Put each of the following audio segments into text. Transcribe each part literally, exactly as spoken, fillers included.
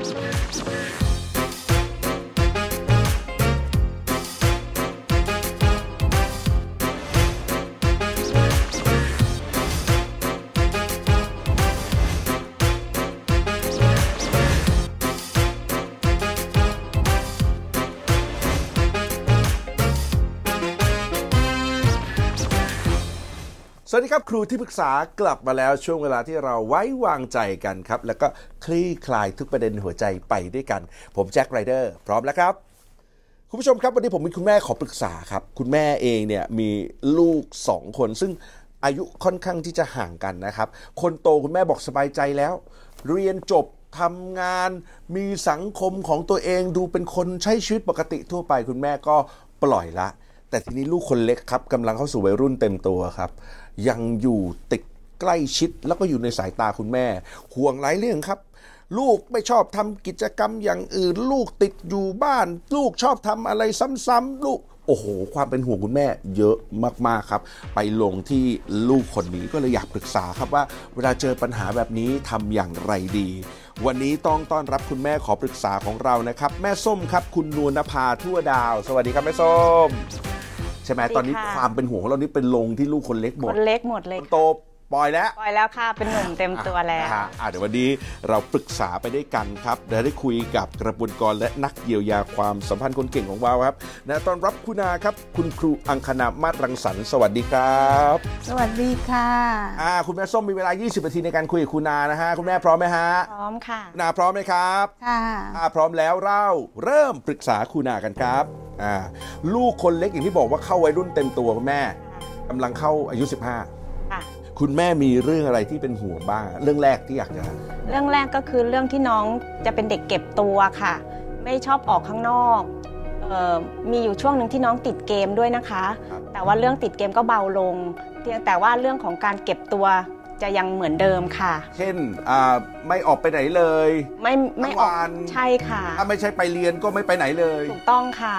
สวัสดีครับครูที่ปรึกษากลับมาแล้วช่วงเวลาที่เราไว้วางใจกันครับแล้วก็คลี่คลายทุกประเด็นหัวใจไปด้วยกันผมแจ็คไรเดอร์พร้อมแล้วครับคุณผู้ชมครับวันนี้ผมมีคุณแม่ขอปรึกษาครับคุณแม่เองเนี่ยมีลูกสองคนซึ่งอายุค่อนข้างที่จะห่างกันนะครับคนโตคุณแม่บอกสบายใจแล้วเรียนจบทำงานมีสังคมของตัวเองดูเป็นคนใช้ชีวิตปกติทั่วไปคุณแม่ก็ปล่อยละแต่ทีนี้ลูกคนเล็กครับกำลังเข้าสู่วัยรุ่นเต็มตัวครับยังอยู่ติดใกล้ชิดแล้วก็อยู่ในสายตาคุณแม่ห่วงหลายเรื่องครับลูกไม่ชอบทำกิจกรรมอย่างอื่นลูกติดอยู่บ้านลูกชอบทำอะไรซ้ำๆลูกโอ้โหความเป็นห่วงคุณแม่เยอะมากๆครับไปลงที่ลูกคนนี้ก็เลยอยากปรึกษาครับว่าเวลาเจอปัญหาแบบนี้ทำอย่างไรดีวันนี้ต้องต้อนรับคุณแม่ขอปรึกษาของเรานะครับแม่ส้มครับคุณนวลนภาทั่วดาวสวัสดีครับแม่ส้มใช่ไหมตอนนี้ความเป็นห่วงของเรานี่เป็นลงที่ลูกคนเล็กหมดคนเล็กหมดเลยโตปล่อยแล้วปล่อยแล้วค่ะเป็นหนุ่มเต็มตัวแล้วเดี๋ยววันนี้เราปรึกษาไปด้วยกันครับเดี๋ยวได้คุยกับกระบวนการและนักเยียวยาความสัมพันธ์คนเก่งของเราครับนะต้อนรับคุณอาครับคุณครูอังคณามาศรังสรรค์สวัสดีครับสวัสดีค่ะอ่าคุณแม่ส้มมีเวลายี่สิบนาทีในการคุยกับคุณอานะฮะคุณแม่พร้อมไหมฮะพร้อมค่ะคุณอาพร้อมไหมครับค่ะอ่าพร้อมแล้วเราเริ่มปรึกษาคุณอากันครับอ่าลูกคนเล็กอย่างที่บอกว่าเข้าวัยรุ่นเต็มตัวคุณแม่กำลังเข้าอายุสิบห้าคุณแม่มีเรื่องอะไรที่เป็นห่วงบ้างเรื่องแรกที่อยากจะเรื่องแรกก็คือเรื่องที่น้องจะเป็นเด็กเก็บตัวค่ะไม่ชอบออกข้างนอกเอ่อมีอยู่ช่วงหนึ่งที่น้องติดเกมด้วยนะคะแต่ว่าเรื่องติดเกมก็เบาลงเพียงแต่ว่าเรื่องของการเก็บตัวจะยังเหมือนเดิมค่ะเช่นอ่าไม่ออกไปไหนเลยไม่ไม่ออกใช่ค่ะถ้าไม่ใช่ไปเรียนก็ไม่ไปไหนเลยถูกต้องค่ะ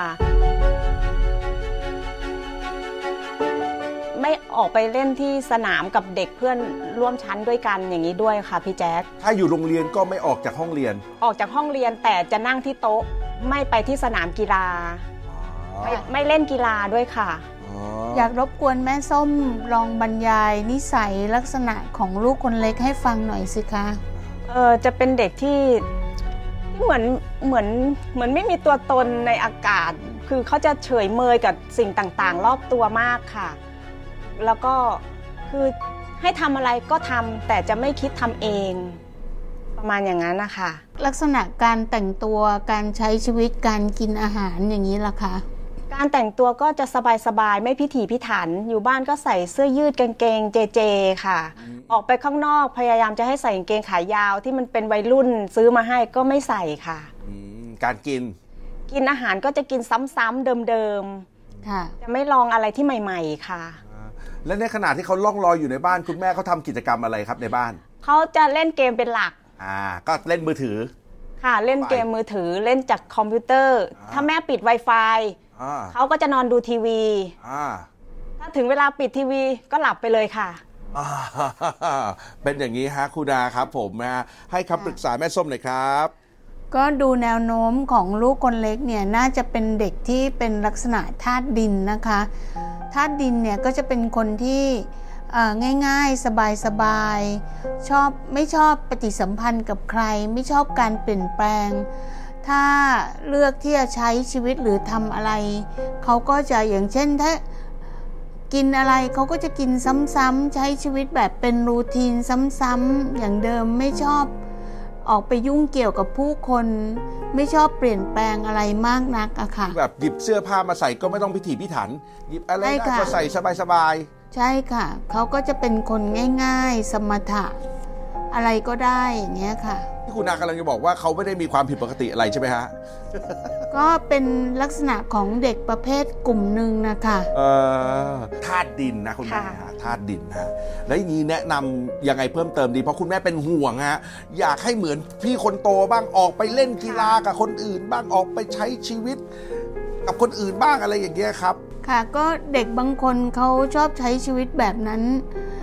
ไม่ออกไปเล่นที่สนามกับเด็กเพื่อนร่วมชั้นด้วยกันอย่างนี้ด้วยค่ะพี่แจ๊คถ้าอยู่โรงเรียนก็ไม่ออกจากห้องเรียนออกจากห้องเรียนแต่จะนั่งที่โต๊ะไม่ไปที่สนามกีฬาไม่ไม่เล่นกีฬาด้วยค่ะอยากรบกวนแม่ส้มลองบรรยายนิสัยลักษณะของลูกคนเล็กให้ฟังหน่อยสิคะเออจะเป็นเด็กที่ที่เหมือนเหมือนเหมือนไม่มีตัวตนในอากาศคือเขาจะเฉยเมยกับสิ่งต่างๆรอบตัวมากค่ะแล้วก็คือให้ทำอะไรก็ทำแต่จะไม่คิดทำเองประมาณอย่างนั้นนะคะลักษณะการแต่งตัวการใช้ชีวิตการกินอาหารอย่างนี้ล่ะคะการแต่งตัวก็จะสบายๆไม่พิถีพิถันอยู่บ้านก็ใส่เสื้อยืดกางเกงเจเจค่ะออกไปข้างนอกพยายามจะให้ใส่กางเกงขายาวที่มันเป็นวัยรุ่นซื้อมาให้ก็ไม่ใส่ค่ะการกินกินอาหารก็จะกินซ้ำๆเดิมๆจะไม่ลองอะไรที่ใหม่ๆค่ะและในขณะที่เขาล่องลอยอยู่ในบ้านคุณแม่เขาทำกิจกรรมอะไรครับในบ้านเขาจะเล่นเกมเป็นหลักอ่าก็เล่นมือถือค่ะเล่นเกมมือถือเล่นจากคอมพิวเตอร์ถ้าแม่ปิด Wi-Fi เขาก็จะนอนดูทีวีถ้าถึงเวลาปิดทีวีก็หลับไปเลยค่ะเป็นอย่างนี้ฮะคุณอาครับผมนะให้คำปรึกษาแม่ส้มหน่อยครับก็ดูแนวโน้มของลูกคนเล็กเนี่ยน่าจะเป็นเด็กที่เป็นลักษณะธาตุดินนะคะธาตุดินเนี่ยก็จะเป็นคนที่ง่ายๆสบายๆชอบไม่ชอบปฏิสัมพันธ์กับใครไม่ชอบการเปลี่ยนแปลงถ้าเลือกที่จะใช้ชีวิตหรือทำอะไรเขาก็จะอย่างเช่นถ้ากินอะไรเขาก็จะกินซ้ำๆใช้ชีวิตแบบเป็นรูทีนซ้ำๆอย่างเดิมไม่ชอบออกไปยุ่งเกี่ยวกับผู้คนไม่ชอบเปลี่ยนแปลงอะไรมากนักอะค่ะแบบหยิบเสื้อผ้ามาใส่ก็ไม่ต้องพิถีพิถันหยิบอะไรก็ใส่สบายๆใช่ค่ะเขาก็จะเป็นคนง่ายๆสมถะอะไรก็ได้อย่างเงี้ยค่ะที่คุณนากำลังจะบอกว่าเขาไม่ได้มีความผิดปกติอะไรใช่ไหมฮะก็เป็นลักษณะของเด็กประเภทกลุ่มหนึ่งนะคะเอ่อธาตุดินนะคุณแม่ฮะธาตุดินฮะแล้วอย่างนี้แนะนำยังไงเพิ่มเติมดีเพราะคุณแม่เป็นห่วงฮะอยากให้เหมือนพี่คนโตบ้างออกไปเล่นกีฬากับคนอื่นบ้างออกไปใช้ชีวิตกับคนอื่นบ้างอะไรอย่างเงี้ยครับค่ะก็เด็กบางคนเขาชอบใช้ชีวิตแบบนั้น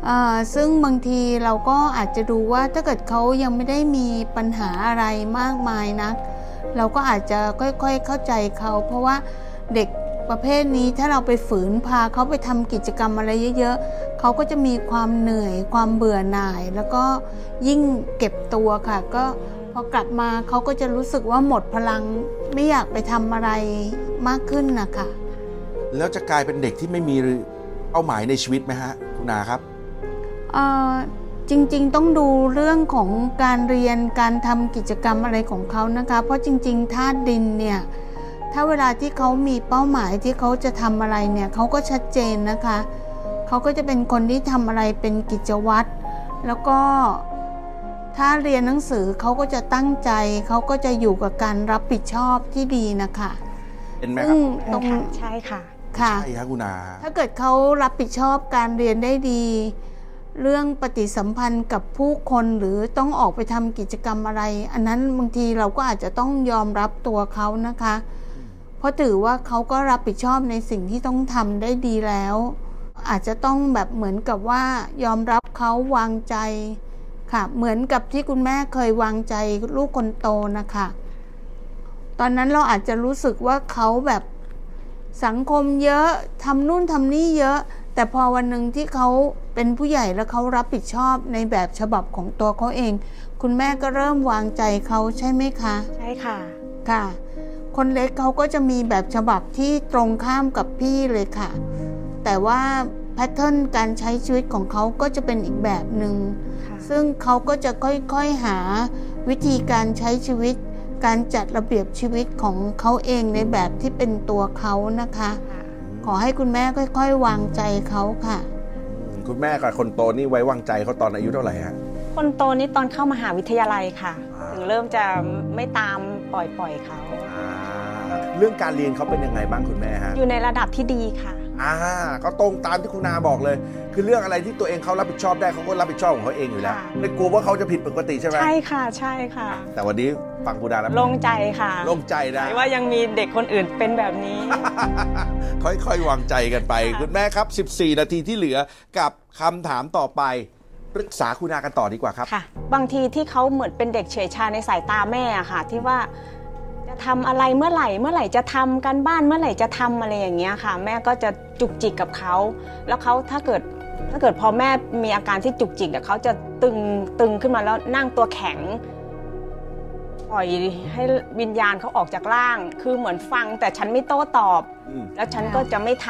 ซึ่งบางทีเราก็อาจจะดูว่าถ้าเกิดเขายังไม่ได้มีปัญหาอะไรมากมายนักเราก็อาจจะค่อยๆเข้าใจเขาเพราะว่าเด็กประเภทนี้ถ้าเราไปฝืนพาเขาไปทำกิจกรรมอะไรเยอะๆเขาก็จะมีความเหนื่อยความเบื่อหน่ายแล้วก็ยิ่งเก็บตัวค่ะก็พอกลับมาเขาก็จะรู้สึกว่าหมดพลังไม่อยากไปทำอะไรมากขึ้นนะคะแล้วจะกลายเป็นเด็กที่ไม่มีเป้าหมายในชีวิตไหมฮะคุณนาครับจริงๆต้องดูเรื่องของการเรียนการทำกิจกรรมอะไรของเขานะคะเพราะจริงๆธาตุดินเนี่ยถ้าเวลาที่เขามีเป้าหมายที่เขาจะทำอะไรเนี่ยเขาก็ชัดเจนนะคะเขาก็จะเป็นคนที่ทำอะไรเป็นกิจวัตรแล้วก็ถ้าเรียนหนังสือเขาก็จะตั้งใจเขาก็จะอยู่กับการรับผิดชอบที่ดีนะคะเป็นไหมครับตรงใช่ค่ะค่ะใช่ครับคุณนาถ้าเกิดเขารับผิดชอบการเรียนได้ดีเรื่องปฏิสัมพันธ์กับผู้คนหรือต้องออกไปทำกิจกรรมอะไรอันนั้นบางทีเราก็อาจจะต้องยอมรับตัวเขานะคะเพราะถือว่าเขาก็รับผิดชอบในสิ่งที่ต้องทำได้ดีแล้วอาจจะต้องแบบเหมือนกับว่ายอมรับเขาวางใจค่ะเหมือนกับที่คุณแม่เคยวางใจลูกคนโตนะคะตอนนั้นเราอาจจะรู้สึกว่าเขาแบบสังคมเยอะทำนู่นทำนี่เยอะแต่พอวันหนึ่งที่เขาเป็นผู้ใหญ่แล้วเขารับผิดชอบในแบบฉบับของตัวเขาเองคุณแม่ก็เริ่มวางใจเขาใช่ไหมคะใช่ค่ะค่ะคนเล็กเขาก็จะมีแบบฉบับที่ตรงข้ามกับพี่เลยค่ะแต่ว่าแพทเทิร์นการใช้ชีวิตของเขาก็จะเป็นอีกแบบหนึ่งซึ่งเขาก็จะค่อยๆหาวิธีการใช้ชีวิตการจัดระเบียบชีวิตของเขาเองในแบบที่เป็นตัวเขานะคะขอให้คุณแม่ค่อยๆวางใจเขาค่ะคุณแม่กับคนโตนี่ไว้วางใจเขาตอนอายุเท่าไหร่ฮะคนโตนี่ตอนเข้ามหาวิทยาลัยค่ะถึงเริ่มจะไม่ตามปล่อยปล่อยเขาเรื่องการเรียนเขาเป็นยังไงบ้างคุณแม่ฮะอยู่ในระดับที่ดีค่ะอ่าก็ตรงตามที่คุณนาบอกเลยคือเรื่องอะไรที่ตัวเองเขารับผิดชอบได้เขาก็รับผิดชอบของเขาเองอยู่แล้วไม่กลัวว่าเขาจะผิดปกติใช่ไหมใช่ค่ะใช่ค่ะแต่วันนี้ฟังคุณนาแล้วโล่งใจค่ะโล่งใจนะว่ายังมีเด็กคนอื่นเป็นแบบนี้ค่อยๆวางใจกันไปคุณแม่ครับสิบสี่นาทีที่เหลือกับคำถามต่อไปปรึกษาคุณนากันต่อดีกว่าครับค่ะบางทีที่เขาเหมือนเป็นเด็กเฉยชาในสายตาแม่ค่ะที่ว่าจะทำอะไรเมื่อไหร่เมื่อไหร่จะทำกันบ้านเมื่อไหร่จะทำอะไรอย่างเงี้ยค่ะแม่ก็จะจุกจิกกับเขาแล้วเขาถ้าเกิดถ้าเกิดพอแม่มีอาการที่จุกจิกเดี๋ยวเขาจะตึงตึงขึ้นมาแล้วนั่งตัวแข็งปล่อยให้วิญญาณเขาออกจากร่างคือเหมือนฟังแต่ฉันไม่โต้ตอบแล้วฉันก็จะไม่ท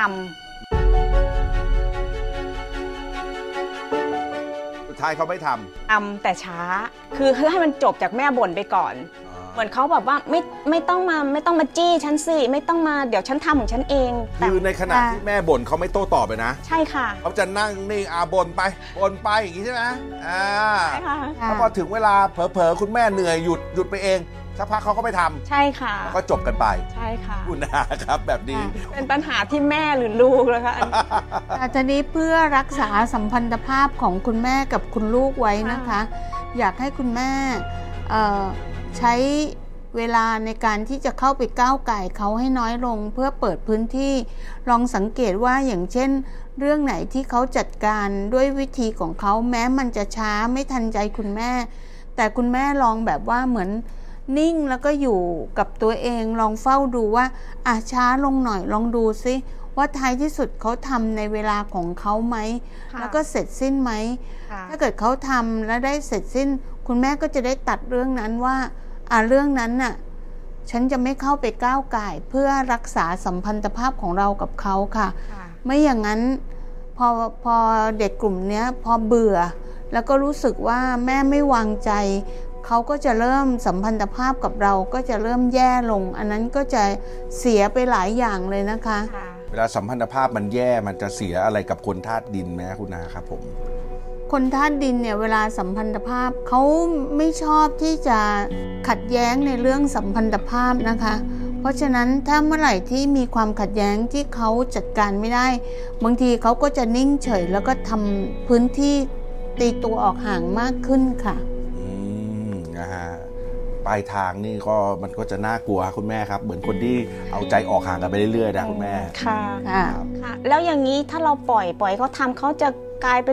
ำสุดท้ายเขาไม่ทำทำแต่ช้าคือให้มันจบจากแม่บ่นไปก่อนเหมือนเขาแบบว่าไม่ไม่ต้องมาไม่ต้องมาจี้ฉันสิไม่ต้องมาเดี๋ยวฉันทำของฉันเองคือในขณะที่แม่บ่นเขาไม่โต้ตอบไปนะใช่ค่ะเขาจะนั่งนี่อาบ่นไปบ่นไปอย่างนี้ใช่ไหมอ่าใช่ค่ะแล้วพอถึงเวลาเผลอๆคุณแม่เหนื่อยหยุดหยุดไปเองสักพักเขาก็ไม่ทำใช่ค่ะแล้วก็จบกันไปใช่ค่ะคุณนาครับแบบนี้เป็นปัญหาที่แม่หรือลูกเลยค่ะแต่ทีนี้เพื่อรักษาสัมพันธภาพของคุณแม่กับคุณลูกไว้นะคะอยากให้คุณแม่ใช้เวลาในการที่จะเข้าไปก้าวไก่เขาให้น้อยลงเพื่อเปิดพื้นที่ลองสังเกตว่าอย่างเช่นเรื่องไหนที่เขาจัดการด้วยวิธีของเขาแม้มันจะช้าไม่ทันใจคุณแม่แต่คุณแม่ลองแบบว่าเหมือนนิ่งแล้วก็อยู่กับตัวเองลองเฝ้าดูว่าอ่ะช้าลงหน่อยลองดูซิว่าท้ายที่สุดเขาทำในเวลาของเขาไหมแล้วก็เสร็จสิ้นไหมถ้าเกิดเขาทำแล้วได้เสร็จสิ้นคุณแม่ก็จะได้ตัดเรื่องนั้นว่าอ่ะเรื่องนั้นน่ะฉันจะไม่เข้าไปก้าวก่ายเพื่อรักษาสัมพันธภาพของเรากับเขาค่ะไม่อย่างนั้นพอพอเด็กกลุ่มนี้พอเบื่อแล้วก็รู้สึกว่าแม่ไม่วางใจเขาก็จะเริ่มสัมพันธภาพกับเราก็จะเริ่มแย่ลงอันนั้นก็จะเสียไปหลายอย่างเลยนะคะเวลาสัมพันธภาพมันแย่มันจะเสียอะไรกับคนธาตุดินไหมคุณนาครับผมคนธาตุดินเนี่ยเวลาสัมพันธภาพเขาไม่ชอบที่จะขัดแย้งในเรื่องสัมพันธภาพนะคะเพราะฉะนั้นถ้าเมื่อไหร่ที่มีความขัดแย้งที่เขาจัดการไม่ได้บางทีเขาก็จะนิ่งเฉยแล้วก็ทำพื้นที่ตีตัวออกห่างมากขึ้นค่ะอืมนะฮะปลายทางนี่ก็มันก็จะน่ากลัวคุณแม่ครับเหมือนคนที่เอาใจออกห่างกันไปเรื่อยๆนะคุณแม่ค่ะค่ะแล้วอย่างนี้ถ้าเราปล่อยปล่อยเขาทำเขาจะกลายเป็นเด็ก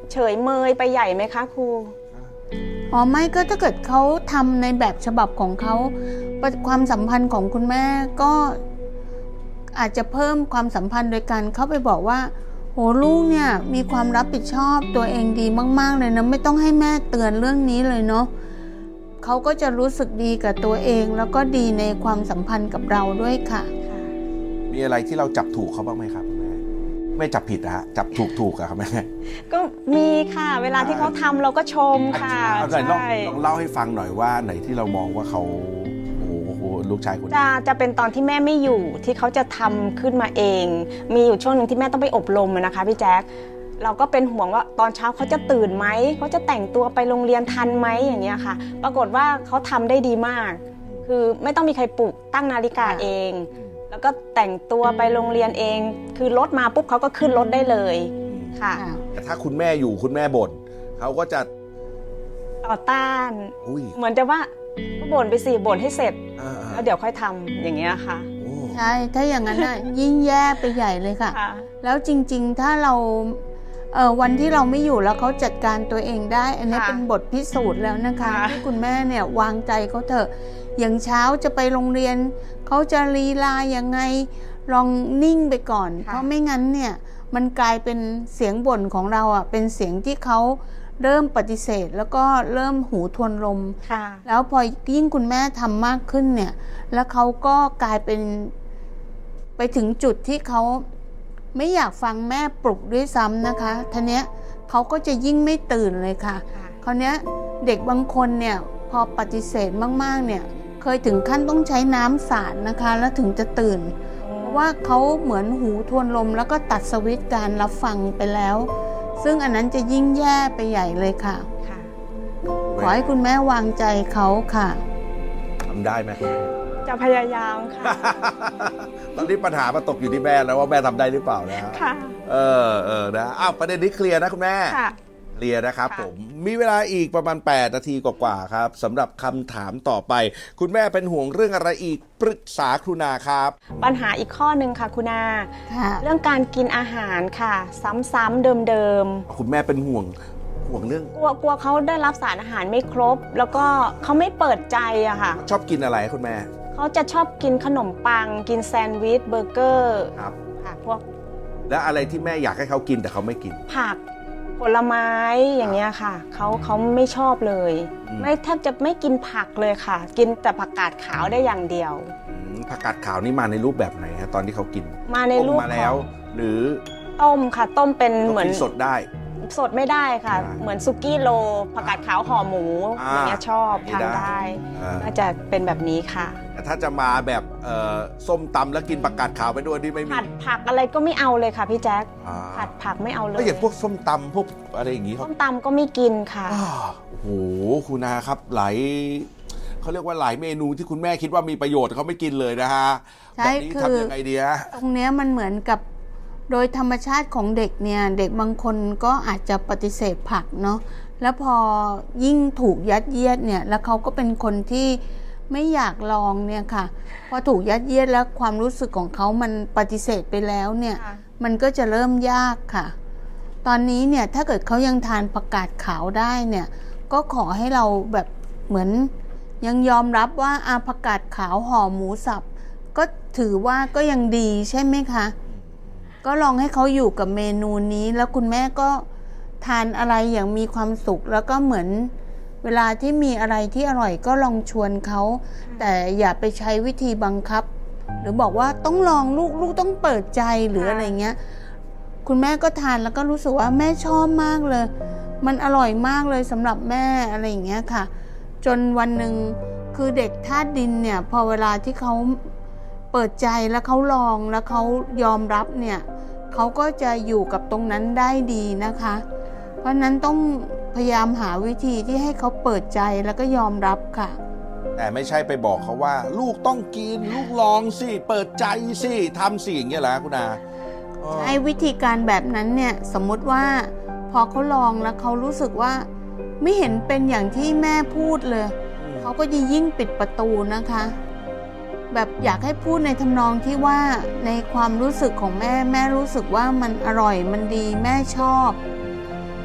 เฉยเมยไปใหญ่ไหมคะครูอ๋อไม่ก็ถ้าเกิดเขาทำในแบบฉบับของเขาความสัมพันธ์ของคุณแม่ก็อาจจะเพิ่มความสัมพันธ์โดยการเข้าไปบอกว่าโหลูกเนี่ยมีความรับผิดชอบตัวเองดีมากๆเลยนะไม่ต้องให้แม่เตือนเรื่องนี้เลยเนาะเขาก็จะรู้สึกดีกับตัวเองแล้วก็ดีในความสัมพันธ์กับเราด้วยค่ะมีอะไรที่เราจับถูกเขาบ้างไหมครับแม่ไม่จับผิดนะฮะจับถูกถูกอะครับแม่ก็มีค่ะเวลาที่เขาทำเราก็ชมค่ะใช่ลองเล่าให้ฟังหน่อยว่าไหนที่เรามองว่าเขาโอ้โหลูกชายคนจะจะเป็นตอนที่แม่ไม่อยู่ที่เขาจะทำขึ้นมาเองมีอยู่ช่วงหนึ่งที่แม่ต้องไปอบรมนะคะพี่แจ๊คเราก็เป็นห่วงว่าตอนเช้าเขาจะตื่นไหมเขาจะแต่งตัวไปโรงเรียนทันไหมอย่างเงี้ยค่ะปรากฏว่าเขาทำได้ดีมากคือไม่ต้องมีใครปลุกตั้งนาฬิกาเองแล้วก็แต่งตัวไปโรงเรียนเองคือรถมาปุ๊บเขาก็ขึ้นรถได้เลยค่ะแต่ถ้าคุณแม่อยู่คุณแม่บ่นเขาก็จะต่อต้านเหมือนจะว่าก็บ่นไปสิบ่นให้เสร็จแล้วเดี๋ยวค่อยทำอย่างเงี้ยค่ะใช่ถ้าอย่างนั้นน่ะยิ่งแย่ไปใหญ่เลยค่ะแล้วจริงๆถ้าเราเออวันที่เราไม่อยู่แล้วเขาจัดการตัวเองได้อันนี้เป็นบทพิสูจน์แล้วนะคะที่คุณแม่เนี่ยวางใจเขาเถอะอย่างเช้าจะไปโรงเรียนเขาจะลีลายังไงลองนิ่งไปก่อนเพราะไม่งั้นเนี่ยมันกลายเป็นเสียงบ่นของเราอ่ะเป็นเสียงที่เขาเริ่มปฏิเสธแล้วก็เริ่มหูทวนลมแล้วพอยิ่งคุณแม่ทำมากขึ้นเนี่ยแล้วเขาก็กลายเป็นไปถึงจุดที่เขาไม่อยากฟังแม่ปลุกด้วยซ้ำนะคะทีเนี้ยเขาก็จะยิ่งไม่ตื่นเลยค่ะคราวเนี้ยเด็กบางคนเนี่ยพอปฏิเสธมากๆเนี่ยเคยถึงขั้นต้องใช้น้ำสาดนะคะแล้วถึงจะตื่นเพราะว่าเขาเหมือนหูทวนลมแล้วก็ตัดสวิตช์การรับฟังไปแล้วซึ่งอันนั้นจะยิ่งแย่ไปใหญ่เลยค่ะขอให้คุณแม่วางใจเขาค่ะทำได้ไหมจะพยายามค่ะตอนนี้ปัญหามาตกอยู่ที่แม่แล้วว่าแม่ทำได้หรือเปล่านะค่ะเออเออนะอ้าวประเด็นนี้เคลียร์นะคุณแม่เคลียร์นะครับผมมีเวลาอีกประมาณแปดนาทีกว่าๆครับสำหรับคำถามต่อไปคุณแม่เป็นห่วงเรื่องอะไรอีกปรึกษาครูนาครับปัญหาอีกข้อหนึ่งค่ะครูนาเรื่องการกินอาหารค่ะซ้ำๆเดิมๆคุณแม่เป็นห่วงห่วงเรื่องกลัวกลัวเขาได้รับสารอาหารไม่ครบแล้วก็เขาไม่เปิดใจอะค่ะชอบกินอะไรคุณแม่เขาจะชอบกินขนมปังกินแซนด์วิชเบอร์เกอร์ครับค่ะพวกแล้วอะไรที่แม่อยากให้เขากินแต่เขาไม่กินผักผลไม้อย่างเงี้ยค่ะเขาเขาไม่ชอบเลยไม่แทบจะไม่กินผักเลยค่ะกินแต่ผักกาดขาวได้อย่างเดียวผักกาดขาวนี่มาในรูปแบบไหนฮะตอนที่เขากินมาในรูปมาแล้วหรือต้มค่ะต้มเป็นเหมือนสดได้สดไม่ได้ค่ะเหมือนซุกี้โลผักกาดขาวห่อหมูอย่างเงี้ยชอบทานได้น่าจะเป็นแบบนี้ค่ะแต่ถ้าจะมาแบบส้มตำแล้วกินผักกาดขาวไปด้วยนี่ไม่มีผัดผักอะไรก็ไม่เอาเลยค่ะพี่แจ๊คผัดผักไม่เอาเลยก็อย่างพวกส้มตำพวกอะไรอย่างงี้ส้มตำก็ไม่กินค่ะโอ้โหคุณนาครับหลายเขาเรียกว่าหลายเมนูที่คุณแม่คิดว่ามีประโยชน์เขาไม่กินเลยนะฮะแบบนี้ทำยังไงดีฮะตรงเนี้ยมันเหมือนกับโดยธรรมชาติของเด็กเนี่ยเด็กบางคนก็อาจจะปฏิเสธผักเนาะแล้วพอยิ่งถูกยัดเยียดเนี่ยแล้วเขาก็เป็นคนที่ไม่อยากลองเนี่ยค่ะพอถูกยัดเยียดแล้วความรู้สึกของเขามันปฏิเสธไปแล้วเนี่ยมันก็จะเริ่มยากค่ะตอนนี้เนี่ยถ้าเกิดเขายังทานผักกาดขาวได้เนี่ยก็ขอให้เราแบบเหมือนยังยอมรับว่าอาผักกาดขาวห่อหมูสับก็ถือว่าก็ยังดีใช่ไหมคะก็ลองให้เขาอยู่กับเมนูนี้แล้วคุณแม่ก็ทานอะไรอย่างมีความสุขแล้วก็เหมือนเวลาที่มีอะไรที่อร่อยก็ลองชวนเขาแต่อย่าไปใช้วิธีบังคับหรือบอกว่าต้องลองลูกลูกต้องเปิดใจหรืออะไรเงี้ยคุณแม่ก็ทานแล้วก็รู้สึกว่าแม่ชอบมากเลยมันอร่อยมากเลยสำหรับแม่อะไรอย่างเงี้ยค่ะจนวันหนึ่งคือเด็กธาตุดินเนี่ยพอเวลาที่เขาเปิดใจแล้วเขาลองแล้วเขายอมรับเนี่ยเขาก็จะอยู่กับตรงนั้นได้ดีนะคะเพราะนั้นต้องพยายามหาวิธีที่ให้เขาเปิดใจแล้วก็ยอมรับค่ะแต่ไม่ใช่ไปบอกเขาว่าลูกต้องกินลูกลองสิเปิดใจสิทำสิอย่างเงี้ยเหรอคุณอาใช้วิธีการแบบนั้นเนี่ยสมมติว่าพอเขาลองแล้วเขารู้สึกว่าไม่เห็นเป็นอย่างที่แม่พูดเลยเขาก็จะยิ่งปิดประตูนะคะแบบอยากให้พูดในทำนองที่ว่าในความรู้สึกของแม่แม่รู้สึกว่ามันอร่อยมันดีแม่ชอบ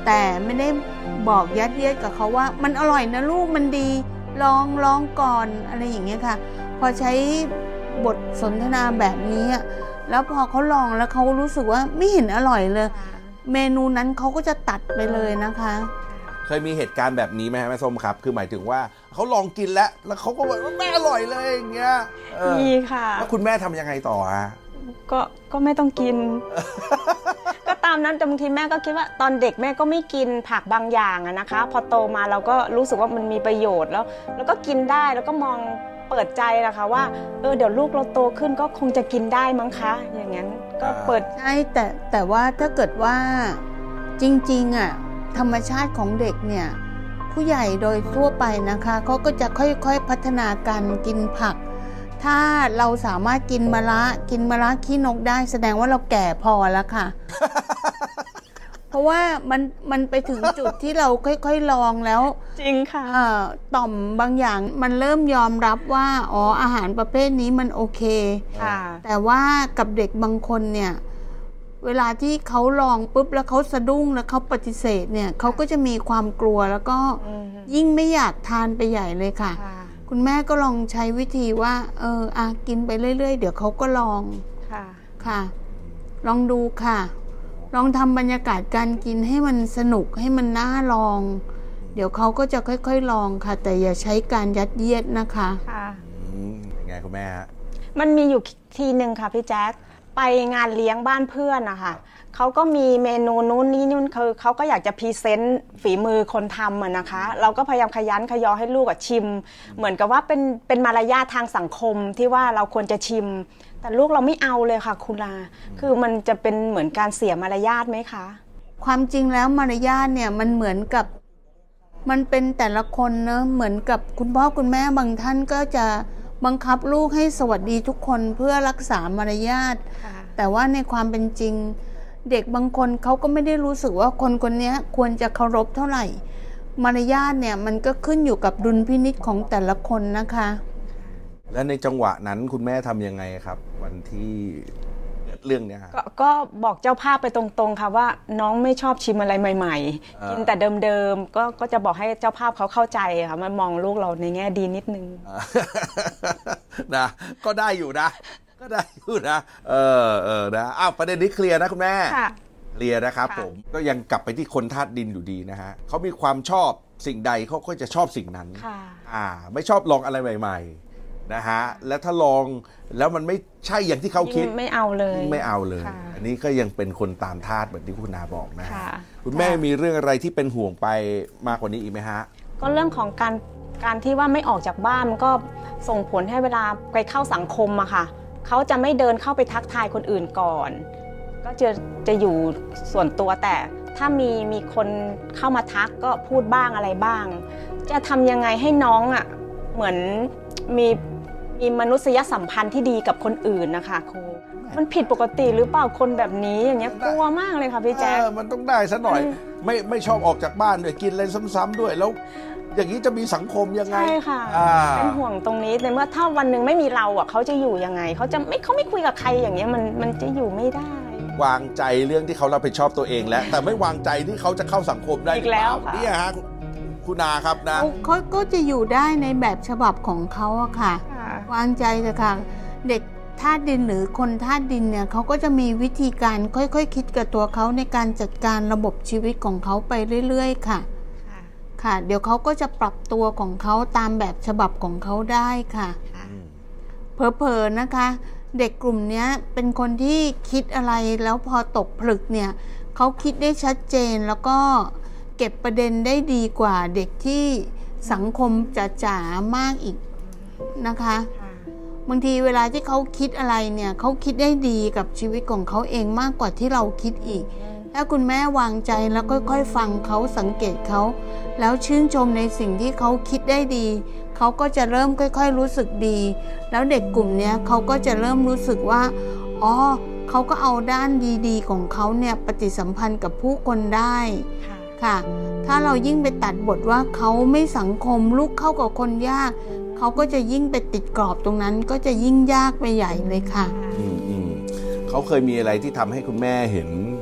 แต่ไม่ได้บอกยัดเยียดกับเขาว่ามันอร่อยนะลูกมันดีลองลองก่อนอะไรอย่างเงี้ยค่ะพอใช้บทสนทนาแบบนี้แล้วพอเขาลองแล้วเขารู้สึกว่าไม่เห็นอร่อยเลยเมนูนั้นเขาก็จะตัดไปเลยนะคะเคยมีเหตุการณ์แบบนี้ไหมแม่ส้มครับคือหมายถึงว่าเขาลองกินแล้วแล้วเขาก็บอกว่าแม่อร่อยเลยอย่างเงี้ยมีค่ะแล้วคุณแม่ทำยังไงต่อฮะก็ก็ไม่ต้องกิน ก็ตามนั้นแต่บางทีแม่ก็คิดว่าตอนเด็กแม่ก็ไม่กินผักบางอย่างอะนะคะพอโตมาเราก็รู้สึกว่ามันมีประโยชน์แล้วแล้วก็กินได้แล้วก็มองเปิดใจนะคะว่าเออเดี๋ยวลูกเราโตขึ้นก็คงจะกินได้มั้งคะอย่างนั้นก็เปิดใช่แต่แต่ว่าถ้าเกิดว่าจริงๆอ่ะธรรมชาติของเด็กเนี่ยผู้ใหญ่โดยทั่วไปนะคะเขาก็จะค่อยๆพัฒนาการกินผักถ้าเราสามารถกินมะระกินมะระขี้นกได้แสดงว่าเราแก่พอแล้วค่ะ เพราะว่ามันมันไปถึงจุดที่เราค่อยๆลองแล้วจริงค่ะต่อมบางอย่างมันเริ่มยอมรับว่าอ๋ออาหารประเภทนี้มันโอเคค่ะแต่ว่ากับเด็กบางคนเนี่ยเวลาที่เขาลองปุ๊บแล้วเขาสะดุ้งแล้วเขาปฏิเสธเนี่ยเขาก็จะมีความกลัวแล้วก็ยิ่งไม่อยากทานไปใหญ่เลยค่ะคุณแม่ก็ลองใช้วิธีว่าเอออ่ะกินไปเรื่อยๆเดี๋ยวเขาก็ลองค่ะค่ะลองดูค่ะลองทำบรรยากาศการกินให้มันสนุกให้มันน่าลองเดี๋ยวเขาก็จะค่อยๆลองค่ะแต่อย่าใช้การยัดเยียดนะคะค่ะยังไงคุณแม่ฮะมันมีอยู่ทีหนึ่งค่ะพี่แจ๊คไปงานเลี้ยงบ้านเพื่อนนะคะเขาก็มีเมนูนู้นนี้นู่นคือเขาก็อยากจะพรีเซนต์ฝีมือคนทำอะนะคะเราก็พยายามขยันขยอให้ลูกอะชิมเหมือนกับว่าเป็นเป็นมารยาททางสังคมที่ว่าเราควรจะชิมแต่ลูกเราไม่เอาเลยค่ะคุณอาคือมันจะเป็นเหมือนการเสียมารยาทไหมคะความจริงแล้วมารยาทเนี่ยมันเหมือนกับมันเป็นแต่ละคนเนอะเหมือนกับคุณพ่อคุณแม่บางท่านก็จะบังคับลูกให้สวัสดีทุกคนเพื่อรักษามารยาทแต่ว่าในความเป็นจริงเด็กบางคนเขาก็ไม่ได้รู้สึกว่าคนคนนี้ควรจะเคารพเท่าไหร่มารยาทเนี่ยมันก็ขึ้นอยู่กับดุลพินิจของแต่ละคนนะคะและในจังหวะนั้นคุณแม่ทำยังไงครับวันที่เรื่องเนี้ยก, ก็บอกเจ้าภาพไปตรงๆค่ะว่าน้องไม่ชอบชิมอะไรใหม่ๆกินแต่เดิมๆก็ก็จะบอกให้เจ้าภาพเขาเข้าใจค่ะมันมองลูกเราในแง่ดีนิดนึงนะก็ได้อยู่นะก็ได้อยู่นะเออเออนะอ้าวประเด็นนี้เคลียร์นะคุณแม่เคลียร์นะครับผมก็ยังกลับไปที่คนธาตุดินอยู่ดีนะฮะเขามีความชอบสิ่งใดเขาก็จะชอบสิ่งนั้นอ่าไม่ชอบลองอะไรใหม่ๆนะฮะแล้วถ้าลองแล้วมันไม่ใช่อย่างที่เขาคิดไม่เอาเลยไม่เอาเลยอันนี้ก็ยังเป็นคนตามธาตุแบบที่คุณนาบอกนะฮะคุณแม่มีเรื่องอะไรที่เป็นห่วงไปมากกว่านี้อีกไหมฮะก็เรื่องของการการที่ว่าไม่ออกจากบ้านมันก็ส่งผลให้เวลาไปเข้าสังคมอะค่ะเขาจะไม่เดินเข้าไปทักทายคนอื่นก่อนก็จะจะอยู่ส่วนตัวแต่ถ้ามีมีคนเข้ามาทักก็พูดบ้างอะไรบ้างจะทำยังไงให้น้องอะเหมือนมีมีมนุษยสัมพันธ์ที่ดีกับคนอื่นนะคะครูมันผิดปกติหรือเปล่าคนแบบนี้อย่างเงี้ยกลัวมากเลยค่ะพี่แจ๊คมันต้องได้ซะหน่อยไม่ไม่ชอบออกจากบ้านด้วยกินอะไรซ้ำๆด้วยแล้วอย่างนี้จะมีสังคมยังไงใช่ค่ะเป็นห่วงตรงนี้แต่เมื่อถ้าวันหนึ่งไม่มีเราอ่ะเขาจะอยู่ยังไงเขาจะไม่เขาไม่คุยกับใครอย่างเงี้ยมันมันจะอยู่ไม่ได้วางใจเรื่องที่เขารับผิดชอบตัวเองแล้วแต่ไม่วางใจที่เขาจะเข้าสังคมได้อีกแล้วนี่ฮะคุณนาครับนะเขาก็จะอยู่ได้ในแบบฉบับของเขาอะค่ะวางใจเถอะค่ะเด็กธาตุดินหรือคนธาตุดินเนี่ยเขาก็จะมีวิธีการค่อยๆ ค, คิดกับตัวเขาในการจัดการระบบชีวิตของเขาไปเรื่อยๆค่ะค่ะเดี๋ยวเขาก็จะปรับตัวของเขาตามแบบฉบับของเขาได้ค่ะเผลอๆนะคะเด็กกลุ่มนี้เป็นคนที่คิดอะไรแล้วพอตกผลึกเนี่ยเขาคิดได้ชัดเจนแล้วก็เก็บประเด็นได้ดีกว่าเด็กที่สังคมจ๋าๆมากอีกนะคะบางทีเวลาที่เขาคิดอะไรเนี่ยเขาคิดได้ดีกับชีวิตของเขาเองมากกว่าที่เราคิดอีกถ้าคุณแม่วางใจแล้วค่อยๆฟังเขาสังเกตเขาแล้วชื่นชมในสิ่งที่เขาคิดได้ดีเขาก็จะเริ่มค่อยๆรู้สึกดีแล้วเด็กกลุ่มนี้เขาก็จะเริ่มรู้สึกว่าอ๋อเขาก็เอาด้านดีๆของเขาเนี่ยปฏิสัมพันธ์กับผู้คนได้ค่ะถ้าเรายิ่งไปตัดบทว่าเขาไม่สังคมลูกเข้ากับคนยากเขาก็จะยิ่งไปติดกรอบตรงนั้นก็จะยิ่งยากไปใหญ่เลยค่ะอืมอืมเขาเคยมีอะไรที่ทำให้คุณแม่เห็น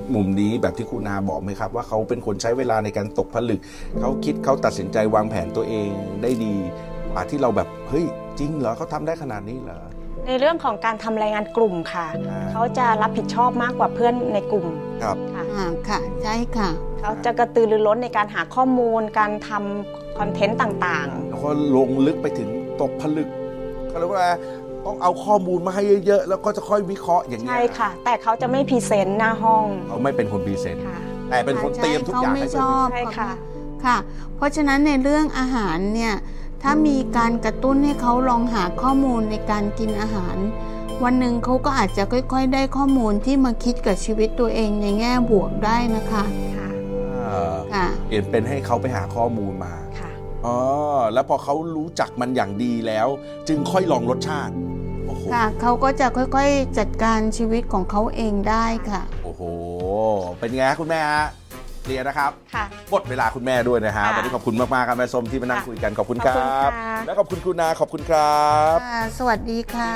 มุมนี้แบบที่คุณนาบอกไหมครับว่าเขาเป็นคนใช้เวลาในการตกผลึกเขาคิดเขาตัดสินใจวางแผนตัวเองได้ดีกว่าที่เราแบบเฮ้ยจริงเหรอเขาทำได้ขนาดนี้เหรอในเรื่องของการทำรายงานกลุ่มค่ะเขาจะรับผิดชอบมากกว่าเพื่อนในกลุ่มครับค่ะค่ะใช่ค่ะเขาจะกระตือรือร้นในการหาข้อมูลการทำคอนเทนต์ต่างๆแล้วก็ลงลึกไปถึงตกผลึกเขาเรียกว่าต้องเอาข้อมูลมาให้เยอะๆแล้วก็จะค่อยวิเคราะห์อย่างนี้ใช่ค่ะแต่เขาจะไม่พรีเซนต์หน้าห้องเขาไม่เป็นคนพรีเซนต์แต่เป็นคนเตรียมทุกอย่างให้เพื่อนใช่ค่ะค่ะเพราะฉะนั้นในเรื่องอาหารเนี่ยถ้ามีการกระตุ้นให้เขาลองหาข้อมูลในการกินอาหารวันหนึ่งเขาก็อาจจะค่อยๆได้ข้อมูลที่มาคิดกับชีวิตตัวเองในแง่บวกได้นะคะค่ะค่ะเปลี่ยนเป็นให้เขาไปหาข้อมูลมาค่ะอ๋อแล้วพอเขารู้จักมันอย่างดีแล้วจึงค่อยลองรสชาติค่ะเขาก็จะค่อยๆจัดการชีวิตของเขาเองได้ค่ะโอ้โหเป็นไงคุณแม่ฮะเคลียร์นะครับค่ะหมดเวลาคุณแม่ด้วยนะฮะวันนี้ขอบคุณมากๆครับแม่ส้มที่มานั่งคุยกันขอบคุณครับและขอบคุณคุณนาขอบคุณครับสวัสดีค่ะ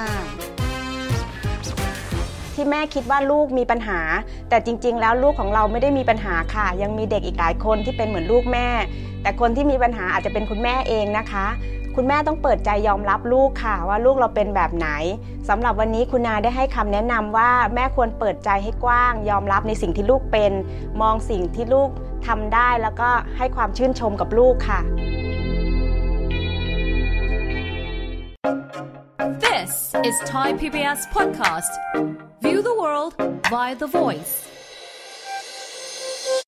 ที่แม่คิดว่าลูกมีปัญหาแต่จริงๆแล้วลูกของเราไม่ได้มีปัญหาค่ะยังมีเด็กอีกหลายคนที่เป็นเหมือนลูกแม่แต่คนที่มีปัญหาอาจจะเป็นคุณแม่เองนะคะคุณแม่ต้องเปิดใจยอมรับลูกค่ะว่าลูกเราเป็นแบบไหนสำหรับวันนี้คุณนาได้ให้คำแนะนำว่าแม่ควรเปิดใจให้กว้างยอมรับในสิ่งที่ลูกเป็นมองสิ่งที่ลูกทำได้แล้วก็ให้ความชื่นชมกับลูกค่ะ This is Thai พี บี เอส podcast. View the world via The Voice